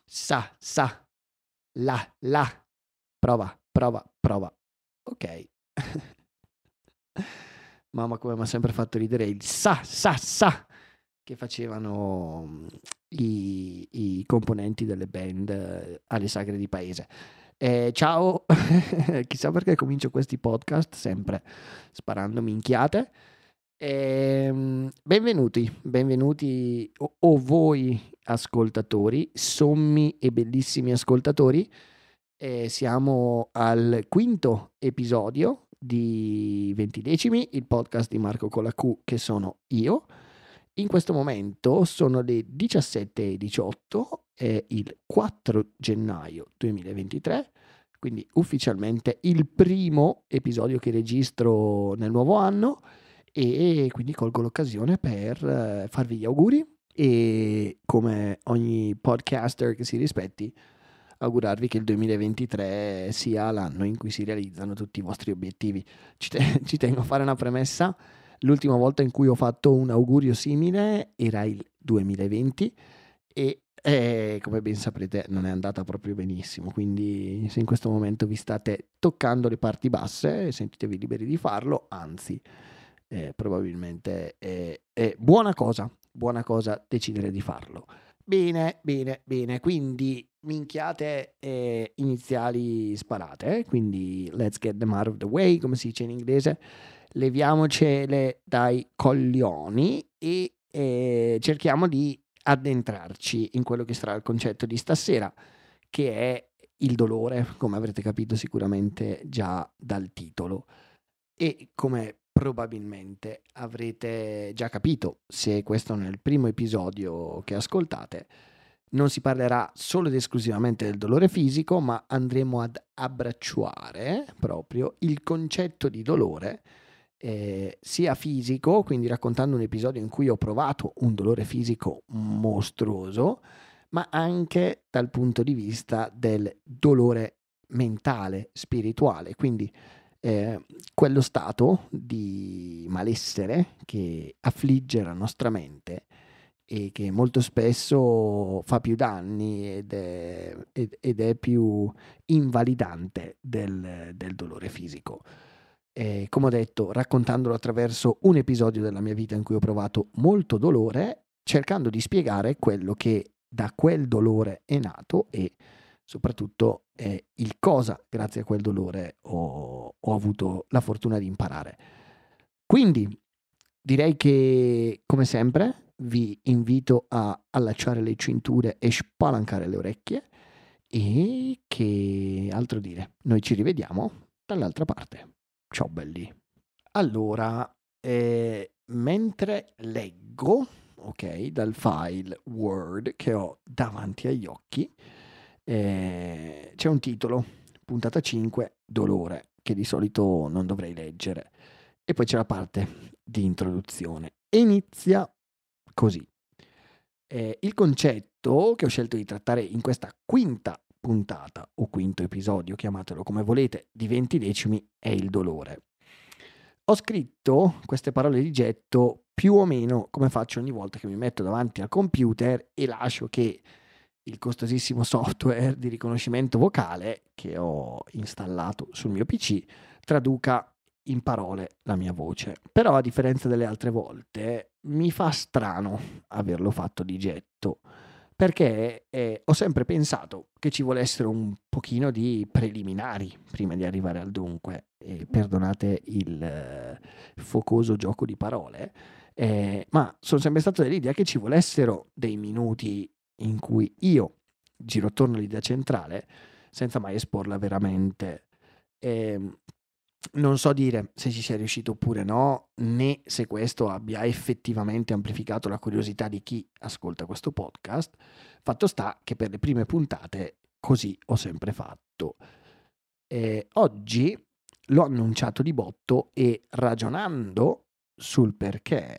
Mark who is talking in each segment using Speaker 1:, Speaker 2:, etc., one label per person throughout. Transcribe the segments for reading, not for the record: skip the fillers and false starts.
Speaker 1: sa, la, prova. Ok. Mamma, come mi ha sempre fatto ridere il sa che facevano i componenti delle band alle sagre di paese. Ciao, chissà perché comincio questi podcast sempre sparando minchiate. Benvenuti o voi ascoltatori, sommi e bellissimi ascoltatori. Siamo al quinto episodio di 20 decimi, il podcast di Marco con la Q, che sono io. In questo momento sono le 17:18, è il 4 gennaio 2023, quindi ufficialmente il primo episodio che registro nel nuovo anno, e quindi colgo l'occasione per farvi gli auguri e, come ogni podcaster che si rispetti, augurarvi che il 2023 sia l'anno in cui si realizzano tutti i vostri obiettivi. Ci tengo a fare una premessa: l'ultima volta in cui ho fatto un augurio simile era il 2020 e come ben saprete non è andata proprio benissimo, quindi se in questo momento vi state toccando le parti basse sentitevi liberi di farlo, anzi probabilmente è buona cosa decidere di farlo. Bene, quindi minchiate iniziali sparate, quindi let's get them out of the way, come si dice in inglese, leviamocele dai coglioni e cerchiamo di addentrarci in quello che sarà il concetto di stasera, che è il dolore, come avrete capito sicuramente già dal titolo. E come probabilmente avrete già capito, se questo non è il primo episodio che ascoltate, non si parlerà solo ed esclusivamente del dolore fisico, ma andremo ad abbracciare proprio il concetto di dolore, sia fisico, quindi raccontando un episodio in cui ho provato un dolore fisico mostruoso, ma anche dal punto di vista del dolore mentale, spirituale, quindi quello stato di malessere che affligge la nostra mente e che molto spesso fa più danni ed è più invalidante del dolore fisico. Come ho detto, raccontandolo attraverso un episodio della mia vita in cui ho provato molto dolore, cercando di spiegare quello che da quel dolore è nato e soprattutto il cosa grazie a quel dolore ho avuto la fortuna di imparare. Quindi direi che, come sempre, vi invito a allacciare le cinture e spalancare le orecchie, e che altro dire, noi ci rivediamo dall'altra parte. Ciao belli. Allora, mentre leggo, ok, dal file Word che ho davanti agli occhi, c'è un titolo, puntata 5, dolore, che di solito non dovrei leggere. E poi c'è la parte di introduzione. E inizia così. Il concetto che ho scelto di trattare in questa quinta puntata, o quinto episodio, chiamatelo come volete, di 20 decimi, è il dolore. Ho scritto queste parole di getto più o meno come faccio ogni volta che mi metto davanti al computer e lascio che il costosissimo software di riconoscimento vocale che ho installato sul mio PC traduca in parole la mia voce. Però, a differenza delle altre volte, mi fa strano averlo fatto di getto, perché ho sempre pensato che ci volessero un pochino di preliminari prima di arrivare al dunque. E perdonate il focoso gioco di parole, ma sono sempre stato dell'idea che ci volessero dei minuti in cui io giro attorno all'idea centrale senza mai esporla veramente. Non so dire se ci sia riuscito oppure no, né se questo abbia effettivamente amplificato la curiosità di chi ascolta questo podcast. Fatto sta che per le prime puntate così ho sempre fatto. Oggi l'ho annunciato di botto e, ragionando sul perché,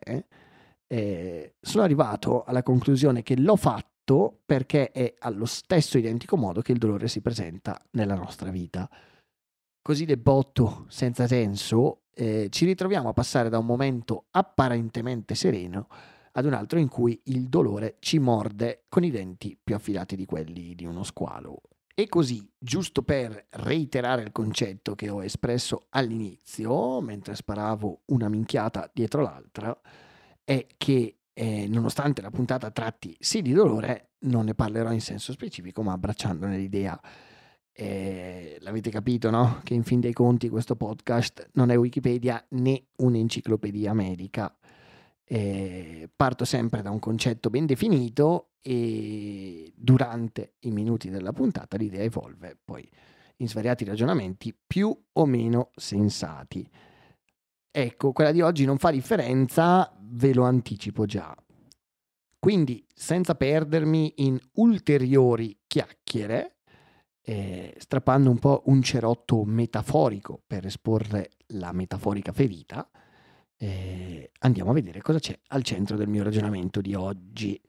Speaker 1: sono arrivato alla conclusione che l'ho fatto perché è allo stesso identico modo che il dolore si presenta nella nostra vita. Così de botto, senza senso, ci ritroviamo a passare da un momento apparentemente sereno ad un altro in cui il dolore ci morde con i denti più affilati di quelli di uno squalo. E così, giusto per reiterare il concetto che ho espresso all'inizio, mentre sparavo una minchiata dietro l'altra, è che nonostante la puntata tratti sì di dolore, non ne parlerò in senso specifico, ma abbracciandone l'idea. L'avete capito, no? Che in fin dei conti questo podcast non è Wikipedia né un'enciclopedia medica. Parto sempre da un concetto ben definito e durante i minuti della puntata l'idea evolve poi in svariati ragionamenti più o meno sensati. Ecco, quella di oggi non fa differenza, ve lo anticipo già. Quindi, senza perdermi in ulteriori chiacchiere, strappando un po' un cerotto metaforico per esporre la metaforica ferita, andiamo a vedere cosa c'è al centro del mio ragionamento di oggi.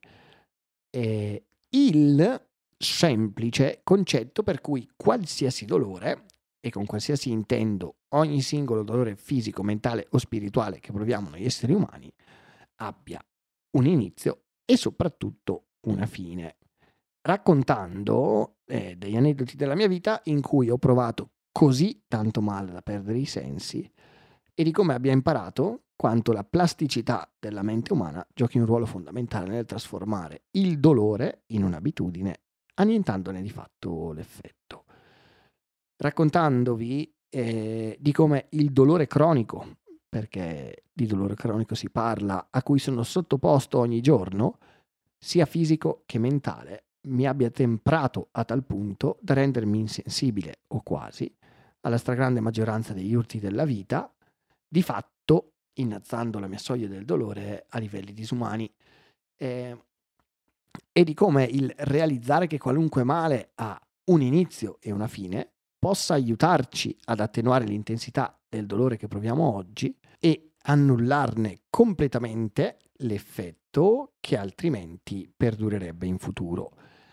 Speaker 1: Il semplice concetto per cui qualsiasi dolore, e con qualsiasi intendo ogni singolo dolore fisico, mentale o spirituale che proviamo noi esseri umani, abbia un inizio e soprattutto una fine. Raccontando degli aneddoti della mia vita in cui ho provato così tanto male da perdere i sensi e di come abbia imparato quanto la plasticità della mente umana giochi un ruolo fondamentale nel trasformare il dolore in un'abitudine, annientandone di fatto l'effetto. Raccontandovi di come il dolore cronico, perché di dolore cronico si parla, a cui sono sottoposto ogni giorno, sia fisico che mentale, mi abbia temprato a tal punto da rendermi insensibile, o quasi, alla stragrande maggioranza degli urti della vita, di fatto innalzando la mia soglia del dolore a livelli disumani, e di come il realizzare che qualunque male ha un inizio e una fine possa aiutarci ad attenuare l'intensità del dolore che proviamo oggi e annullarne completamente l'effetto che altrimenti perdurerebbe in futuro.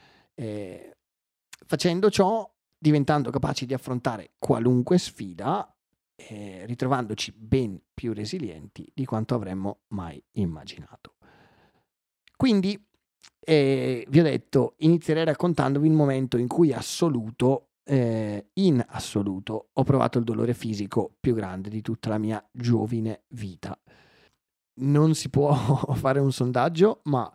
Speaker 1: Facendo ciò, diventando capaci di affrontare qualunque sfida, ritrovandoci ben più resilienti di quanto avremmo mai immaginato. Quindi, vi ho detto, inizierei raccontandovi il momento in cui in assoluto ho provato il dolore fisico più grande di tutta la mia giovine vita. Non si può fare un sondaggio, ma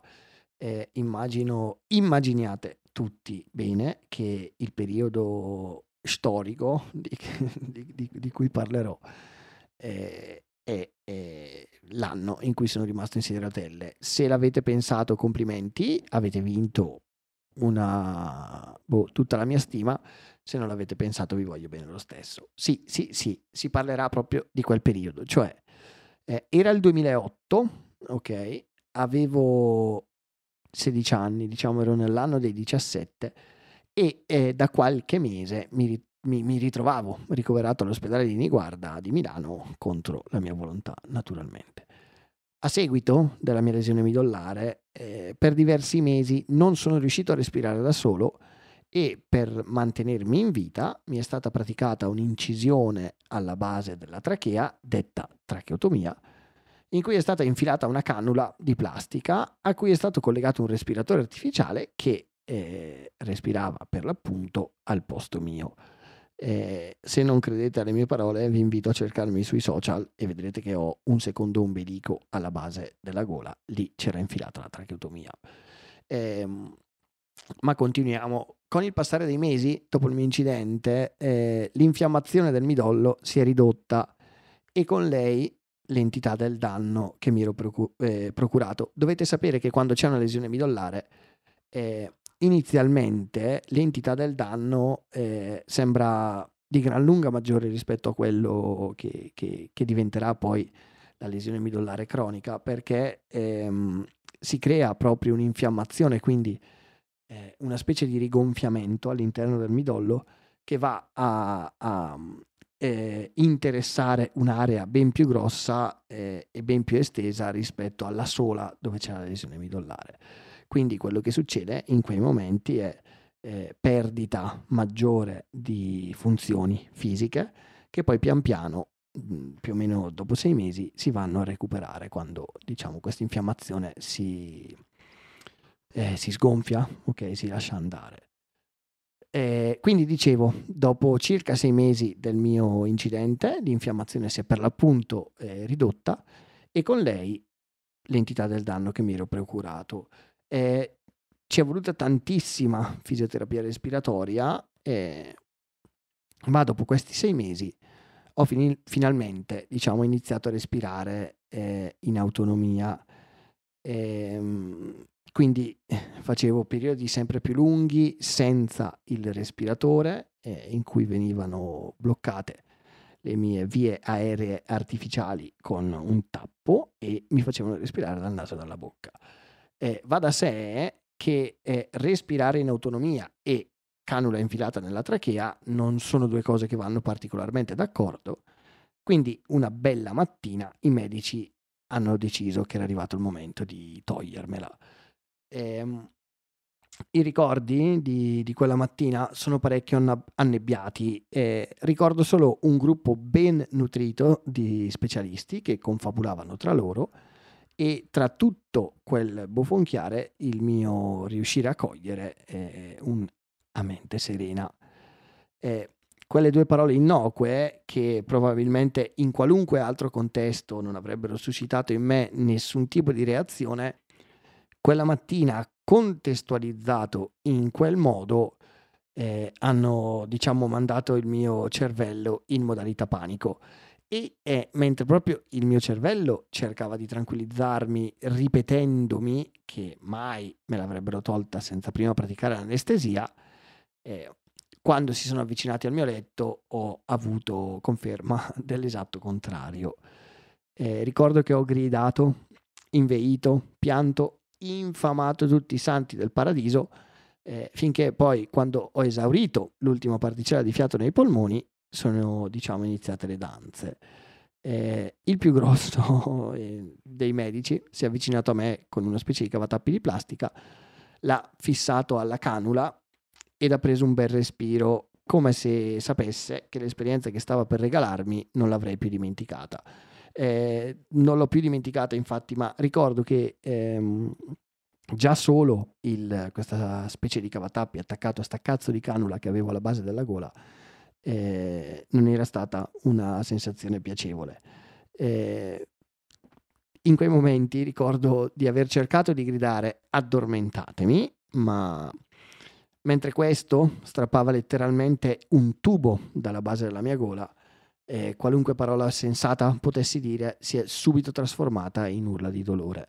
Speaker 1: immaginiate tutti bene che il periodo storico di cui parlerò è l'anno in cui sono rimasto in sedia a rotelle. Se l'avete pensato, complimenti, avete vinto tutta la mia stima. Se non l'avete pensato, vi voglio bene lo stesso. Sì, si parlerà proprio di quel periodo, cioè era il 2008, ok? Avevo 16 anni, diciamo ero nell'anno dei 17 e da qualche mese mi ritrovavo ricoverato all'ospedale di Niguarda di Milano contro la mia volontà, naturalmente. A seguito della mia lesione midollare, per diversi mesi non sono riuscito a respirare da solo e per mantenermi in vita mi è stata praticata un'incisione alla base della trachea, detta tracheotomia, in cui è stata infilata una cannula di plastica a cui è stato collegato un respiratore artificiale che respirava per l'appunto al posto mio. Se non credete alle mie parole, vi invito a cercarmi sui social e vedrete che ho un secondo ombelico alla base della gola. Lì c'era infilata la tracheotomia. Ma continuiamo. Con il passare dei mesi, dopo il mio incidente, l'infiammazione del midollo si è ridotta e con lei l'entità del danno che mi ero procurato. Dovete sapere che quando c'è una lesione midollare, inizialmente l'entità del danno sembra di gran lunga maggiore rispetto a quello che diventerà poi la lesione midollare cronica, perché si crea proprio un'infiammazione, quindi una specie di rigonfiamento all'interno del midollo che va a interessare un'area ben più grossa e ben più estesa rispetto alla sola dove c'è la lesione midollare. Quindi quello che succede in quei momenti è perdita maggiore di funzioni fisiche che poi pian piano più o meno dopo 6 mesi si vanno a recuperare quando, diciamo, questa infiammazione si sgonfia, ok, si lascia andare. Quindi dicevo, dopo circa 6 mesi del mio incidente, l'infiammazione si è per l'appunto ridotta e con lei l'entità del danno che mi ero procurato. Ci è voluta tantissima fisioterapia respiratoria, ma dopo questi 6 mesi ho finalmente, diciamo, iniziato a respirare in autonomia. Quindi facevo periodi sempre più lunghi senza il respiratore, in cui venivano bloccate le mie vie aeree artificiali con un tappo e mi facevano respirare dal naso e dalla bocca. Va da sé che respirare in autonomia e canula infilata nella trachea non sono due cose che vanno particolarmente d'accordo, quindi una bella mattina i medici hanno deciso che era arrivato il momento di togliermela. I ricordi di quella mattina sono parecchio annebbiati. Ricordo solo un gruppo ben nutrito di specialisti che confabulavano tra loro e tra tutto quel bofonchiare il mio riuscire a cogliere a mente serena. Quelle due parole innocue che probabilmente in qualunque altro contesto non avrebbero suscitato in me nessun tipo di reazione, quella mattina contestualizzato in quel modo hanno, diciamo, mandato il mio cervello in modalità panico e mentre proprio il mio cervello cercava di tranquillizzarmi ripetendomi che mai me l'avrebbero tolta senza prima praticare l'anestesia, quando si sono avvicinati al mio letto ho avuto conferma dell'esatto contrario. Ricordo che ho gridato, inveito, pianto, infamato tutti i santi del paradiso, finché poi, quando ho esaurito l'ultima particella di fiato nei polmoni, sono, diciamo, iniziate le danze. Il più grosso dei medici si è avvicinato a me con una specie di cavatappi di plastica, l'ha fissato alla canula ed ha preso un bel respiro, come se sapesse che l'esperienza che stava per regalarmi non l'avrei più dimenticata. Non l'ho più dimenticata, infatti, ma ricordo che già solo questa specie di cavatappi attaccato a sta cazzo di canula che avevo alla base della gola non era stata una sensazione piacevole. In quei momenti ricordo di aver cercato di gridare addormentatemi, ma mentre questo strappava letteralmente un tubo dalla base della mia gola, qualunque parola sensata potessi dire si è subito trasformata in urla di dolore.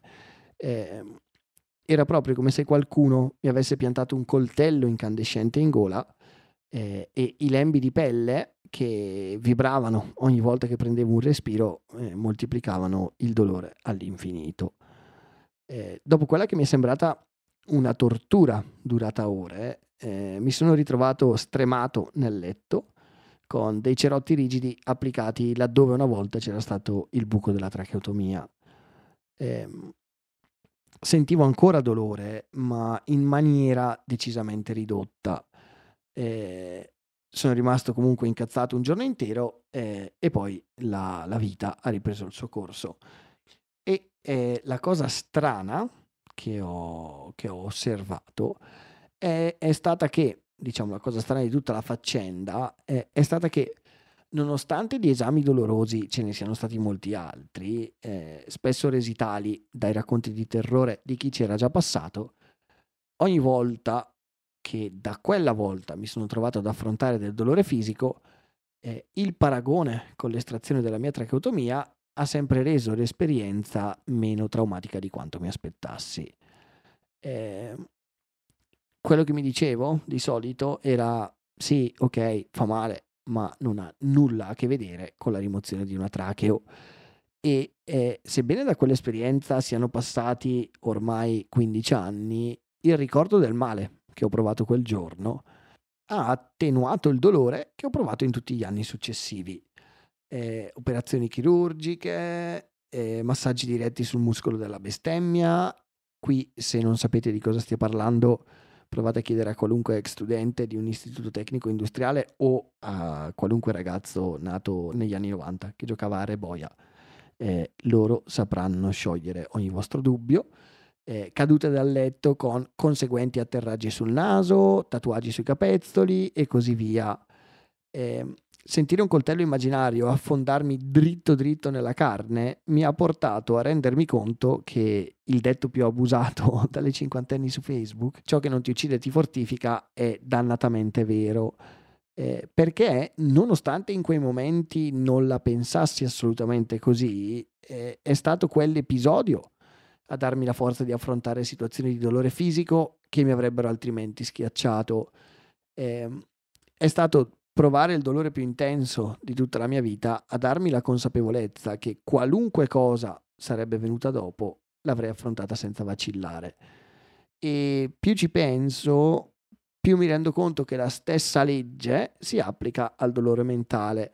Speaker 1: Era proprio come se qualcuno mi avesse piantato un coltello incandescente in gola, e i lembi di pelle che vibravano ogni volta che prendevo un respiro moltiplicavano il dolore all'infinito. Dopo quella che mi è sembrata una tortura durata ore, mi sono ritrovato stremato nel letto con dei cerotti rigidi applicati laddove una volta c'era stato il buco della tracheotomia. Sentivo ancora dolore, ma in maniera decisamente ridotta. Sono rimasto comunque incazzato un giorno intero e poi la vita ha ripreso il suo corso. E la cosa strana che ho osservato è stata che, diciamo, la cosa strana di tutta la faccenda è stata che, nonostante di esami dolorosi ce ne siano stati molti altri, spesso resi tali dai racconti di terrore di chi c'era già passato, ogni volta che da quella volta mi sono trovato ad affrontare del dolore fisico, il paragone con l'estrazione della mia tracheotomia ha sempre reso l'esperienza meno traumatica di quanto mi aspettassi. Quello che mi dicevo di solito era: sì, ok, fa male, ma non ha nulla a che vedere con la rimozione di una tracheo. E sebbene da quell'esperienza siano passati ormai 15 anni, il ricordo del male che ho provato quel giorno ha attenuato il dolore che ho provato in tutti gli anni successivi. Operazioni chirurgiche, massaggi diretti sul muscolo della bestemmia. Qui, se non sapete di cosa stia parlando, Provate a chiedere a qualunque ex studente di un istituto tecnico industriale o a qualunque ragazzo nato negli anni 90 che giocava a Reboia. Loro sapranno sciogliere ogni vostro dubbio. Cadute dal letto con conseguenti atterraggi sul naso, tatuaggi sui capezzoli e così via. Sentire un coltello immaginario affondarmi dritto dritto nella carne mi ha portato a rendermi conto che il detto più abusato dalle cinquantenni su Facebook, ciò che non ti uccide ti fortifica, è dannatamente vero. Perché nonostante in quei momenti non la pensassi assolutamente così, è stato quell'episodio a darmi la forza di affrontare situazioni di dolore fisico che mi avrebbero altrimenti schiacciato. È stato provare il dolore più intenso di tutta la mia vita a darmi la consapevolezza che qualunque cosa sarebbe venuta dopo l'avrei affrontata senza vacillare. E più ci penso, più mi rendo conto che la stessa legge si applica al dolore mentale,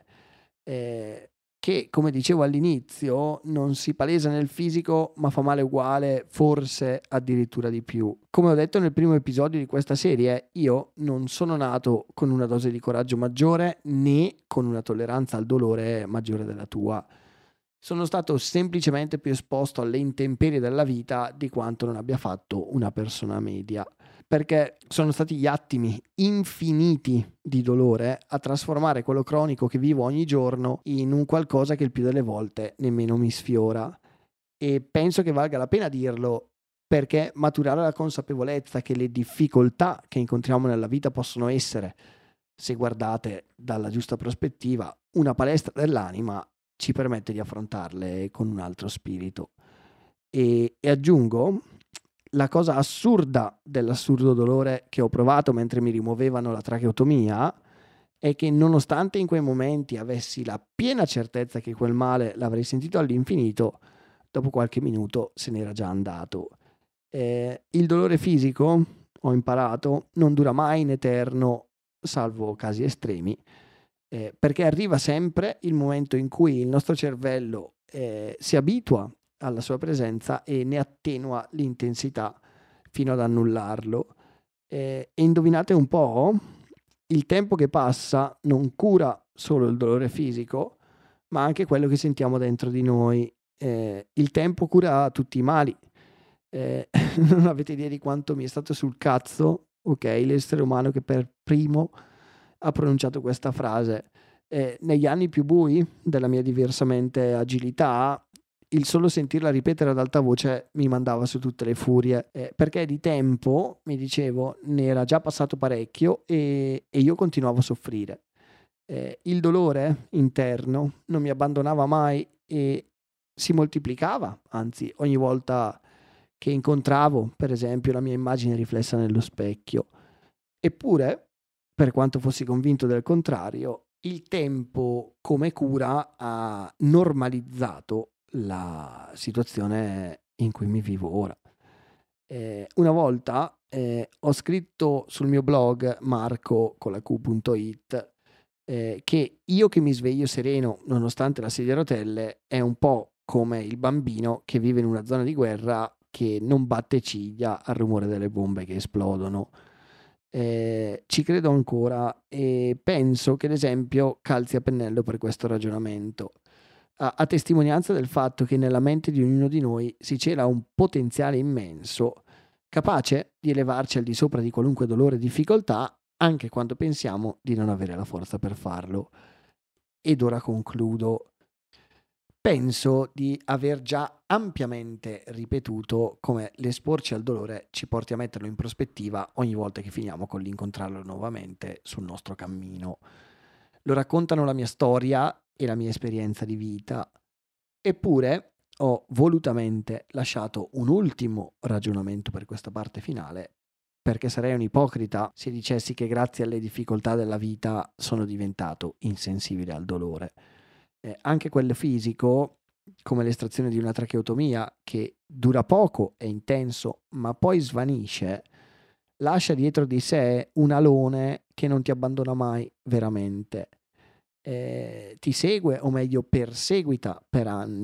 Speaker 1: che, come dicevo all'inizio, non si palesa nel fisico, ma fa male uguale, forse addirittura di più. Come ho detto nel primo episodio di questa serie, io non sono nato con una dose di coraggio maggiore né con una tolleranza al dolore maggiore della tua. Sono stato semplicemente più esposto alle intemperie della vita di quanto non abbia fatto una persona media, perché sono stati gli attimi infiniti di dolore a trasformare quello cronico che vivo ogni giorno in un qualcosa che il più delle volte nemmeno mi sfiora. E penso che valga la pena dirlo, perché maturare la consapevolezza che le difficoltà che incontriamo nella vita possono essere, se guardate dalla giusta prospettiva, una palestra dell'anima, ci permette di affrontarle con un altro spirito. E aggiungo, la cosa assurda dell'assurdo dolore che ho provato mentre mi rimuovevano la tracheotomia è che, nonostante in quei momenti avessi la piena certezza che quel male l'avrei sentito all'infinito, dopo qualche minuto se n'era già andato. Il dolore fisico, ho imparato, non dura mai in eterno, salvo casi estremi, perché arriva sempre il momento in cui il nostro cervello si abitua alla sua presenza e ne attenua l'intensità fino ad annullarlo. E indovinate un po', il tempo che passa non cura solo il dolore fisico, ma anche quello che sentiamo dentro di noi. Il tempo cura tutti i mali. Non avete idea di quanto mi è stato sul cazzo, ok, l'essere umano che per primo ha pronunciato questa frase. Negli anni più bui della mia diversamente agilità, il solo sentirla ripetere ad alta voce mi mandava su tutte le furie, perché di tempo, mi dicevo, ne era già passato parecchio e io continuavo a soffrire. Il dolore interno non mi abbandonava mai e si moltiplicava, anzi ogni volta che incontravo, per esempio, la mia immagine riflessa nello specchio. Eppure, per quanto fossi convinto del contrario, il tempo come cura ha normalizzato la situazione in cui mi vivo ora. Una volta ho scritto sul mio blog marco con la q.it che io che mi sveglio sereno nonostante la sedia a rotelle è un po' come il bambino che vive in una zona di guerra che non batte ciglia al rumore delle bombe che esplodono. Ci credo ancora e penso che l'esempio calzi a pennello per questo ragionamento, a testimonianza del fatto che nella mente di ognuno di noi si cela un potenziale immenso, capace di elevarci al di sopra di qualunque dolore e difficoltà, anche quando pensiamo di non avere la forza per farlo. Ed ora concludo. Penso di aver già ampiamente ripetuto come l'esporci al dolore ci porti a metterlo in prospettiva ogni volta che finiamo con l'incontrarlo nuovamente sul nostro cammino. Lo raccontano la mia storia e la mia esperienza di vita. Eppure ho volutamente lasciato un ultimo ragionamento per questa parte finale, perché sarei un ipocrita se dicessi che grazie alle difficoltà della vita sono diventato insensibile al dolore. Anche quello fisico, come l'estrazione di una tracheotomia, che dura poco, è intenso, ma poi svanisce, lascia dietro di sé un alone che non ti abbandona mai veramente. Ti segue, o meglio perseguita per anni,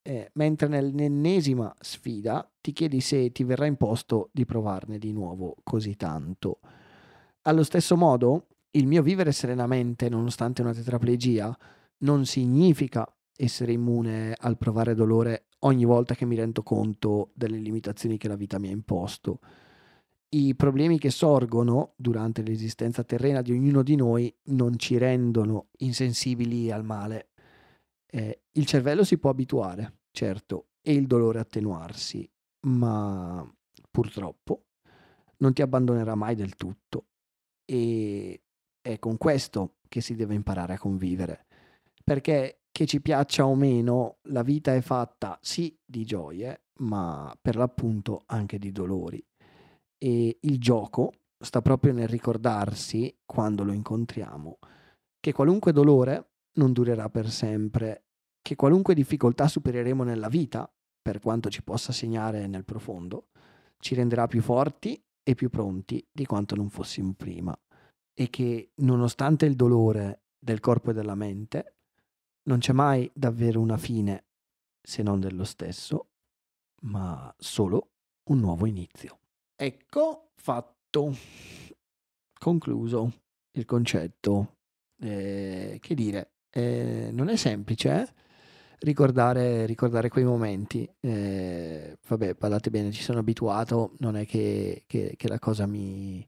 Speaker 1: mentre nell'ennesima sfida ti chiedi se ti verrà imposto di provarne di nuovo così tanto. Allo stesso modo, il mio vivere serenamente nonostante una tetraplegia non significa essere immune al provare dolore ogni volta che mi rendo conto delle limitazioni che la vita mi ha imposto. I problemi che sorgono durante l'esistenza terrena di ognuno di noi non ci rendono insensibili al male. Il cervello si può abituare, certo, e il dolore attenuarsi, ma purtroppo non ti abbandonerà mai del tutto. E è con questo che si deve imparare a convivere, perché che ci piaccia o meno, la vita è fatta sì di gioie, ma per l'appunto anche di dolori. E il gioco sta proprio nel ricordarsi, quando lo incontriamo, che qualunque dolore non durerà per sempre, che qualunque difficoltà supereremo nella vita, per quanto ci possa segnare nel profondo, ci renderà più forti e più pronti di quanto non fossimo prima. E che nonostante il dolore del corpo e della mente, non c'è mai davvero una fine, se non dello stesso, ma solo un nuovo inizio. Ecco fatto, concluso il concetto. Che dire, non è semplice ricordare quei momenti. Vabbè, guardate bene, ci sono abituato, non è che la cosa mi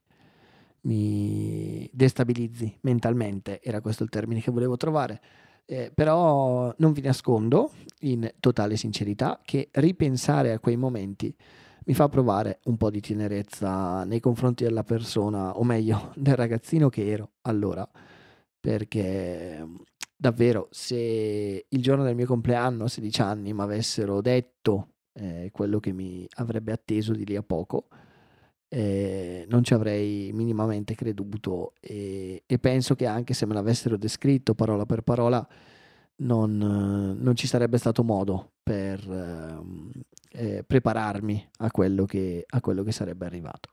Speaker 1: destabilizzi mentalmente, era questo il termine che volevo trovare. Però non vi nascondo, in totale sincerità, che ripensare a quei momenti mi fa provare un po' di tenerezza nei confronti della persona, o meglio, del ragazzino che ero allora, perché davvero, se il giorno del mio compleanno, a 16 anni, mi avessero detto quello che mi avrebbe atteso di lì a poco, non ci avrei minimamente creduto, e penso che anche se me l'avessero descritto parola per parola non ci sarebbe stato modo per prepararmi a quello che sarebbe arrivato.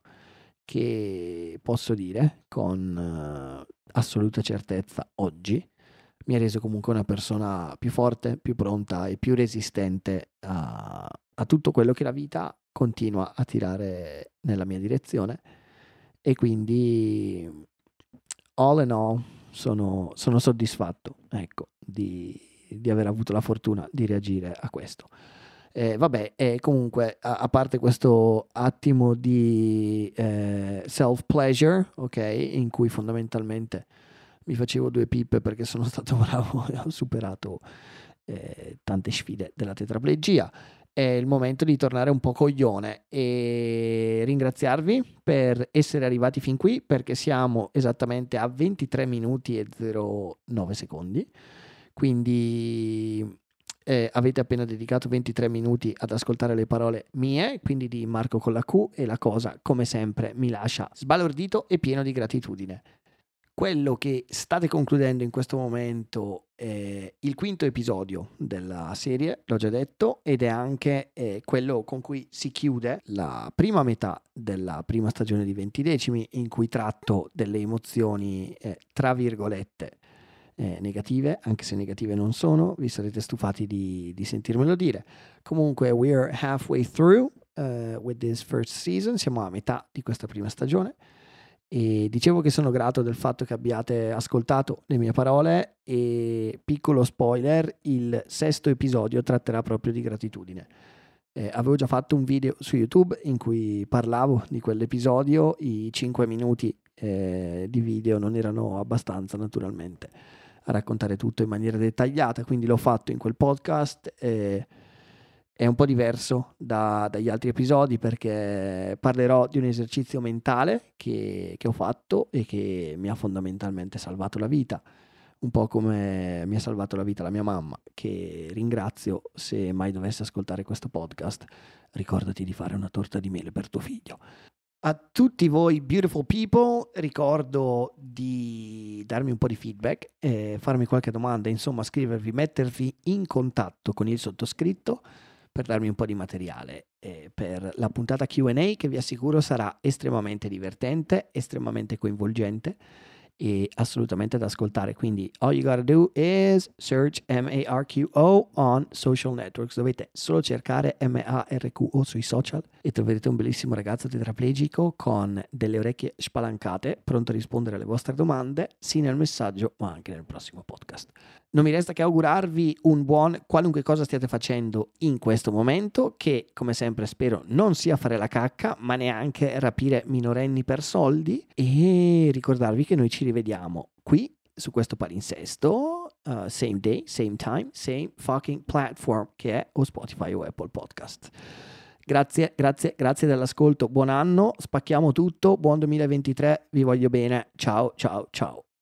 Speaker 1: Che posso dire con assoluta certezza oggi mi ha reso comunque una persona più forte, più pronta e più resistente a tutto quello che la vita continua a tirare nella mia direzione, e quindi all in all sono soddisfatto, ecco, di aver avuto la fortuna di reagire a questo. Vabbè, comunque, a parte questo attimo di self-pleasure, ok, in cui fondamentalmente mi facevo due pippe perché sono stato bravo e ho superato tante sfide della tetraplegia, è il momento di tornare un po' coglione e ringraziarvi per essere arrivati fin qui, perché siamo esattamente a 23 minuti e 09 secondi. Quindi avete appena dedicato 23 minuti ad ascoltare le parole mie, quindi di Marco con la Q, e la cosa, come sempre, mi lascia sbalordito e pieno di gratitudine. Quello che state concludendo in questo momento è il quinto episodio della serie, l'ho già detto, ed è anche quello con cui si chiude la prima metà della prima stagione di 20 decimi, in cui tratto delle emozioni, tra virgolette, negative, anche se negative non sono, vi sarete stufati di sentirmelo dire. Comunque, we're halfway through with this first season, siamo a metà di questa prima stagione. E dicevo che sono grato del fatto che abbiate ascoltato le mie parole, e piccolo spoiler, il sesto episodio tratterà proprio di gratitudine. Avevo già fatto un video su YouTube in cui parlavo di quell'episodio, i 5 minuti di video non erano abbastanza naturalmente a raccontare tutto in maniera dettagliata, quindi l'ho fatto in quel podcast. È un po' diverso dagli altri episodi, perché parlerò di un esercizio mentale che ho fatto e che mi ha fondamentalmente salvato la vita, un po' come mi ha salvato la vita la mia mamma, che ringrazio se mai dovesse ascoltare questo podcast. Ricordati di fare una torta di mele per tuo figlio. A tutti voi beautiful people ricordo di darmi un po' di feedback, farmi qualche domanda, insomma scrivervi, mettervi in contatto con il sottoscritto per darmi un po' di materiale per la puntata Q&A, che vi assicuro sarà estremamente divertente, estremamente coinvolgente e assolutamente da ascoltare. Quindi all you gotta do is search MARQO on social networks. Dovete solo cercare MARQO sui social e troverete un bellissimo ragazzo tetraplegico con delle orecchie spalancate, pronto a rispondere alle vostre domande, sia nel messaggio ma anche nel prossimo podcast. Non mi resta che augurarvi un buon qualunque cosa stiate facendo in questo momento, che come sempre spero non sia fare la cacca, ma neanche rapire minorenni per soldi, e ricordarvi che noi ci rivediamo qui su questo palinsesto, same day, same time, same fucking platform, che è o Spotify o Apple Podcast. Grazie dell'ascolto, buon anno, spacchiamo tutto, buon 2023, vi voglio bene, ciao ciao ciao.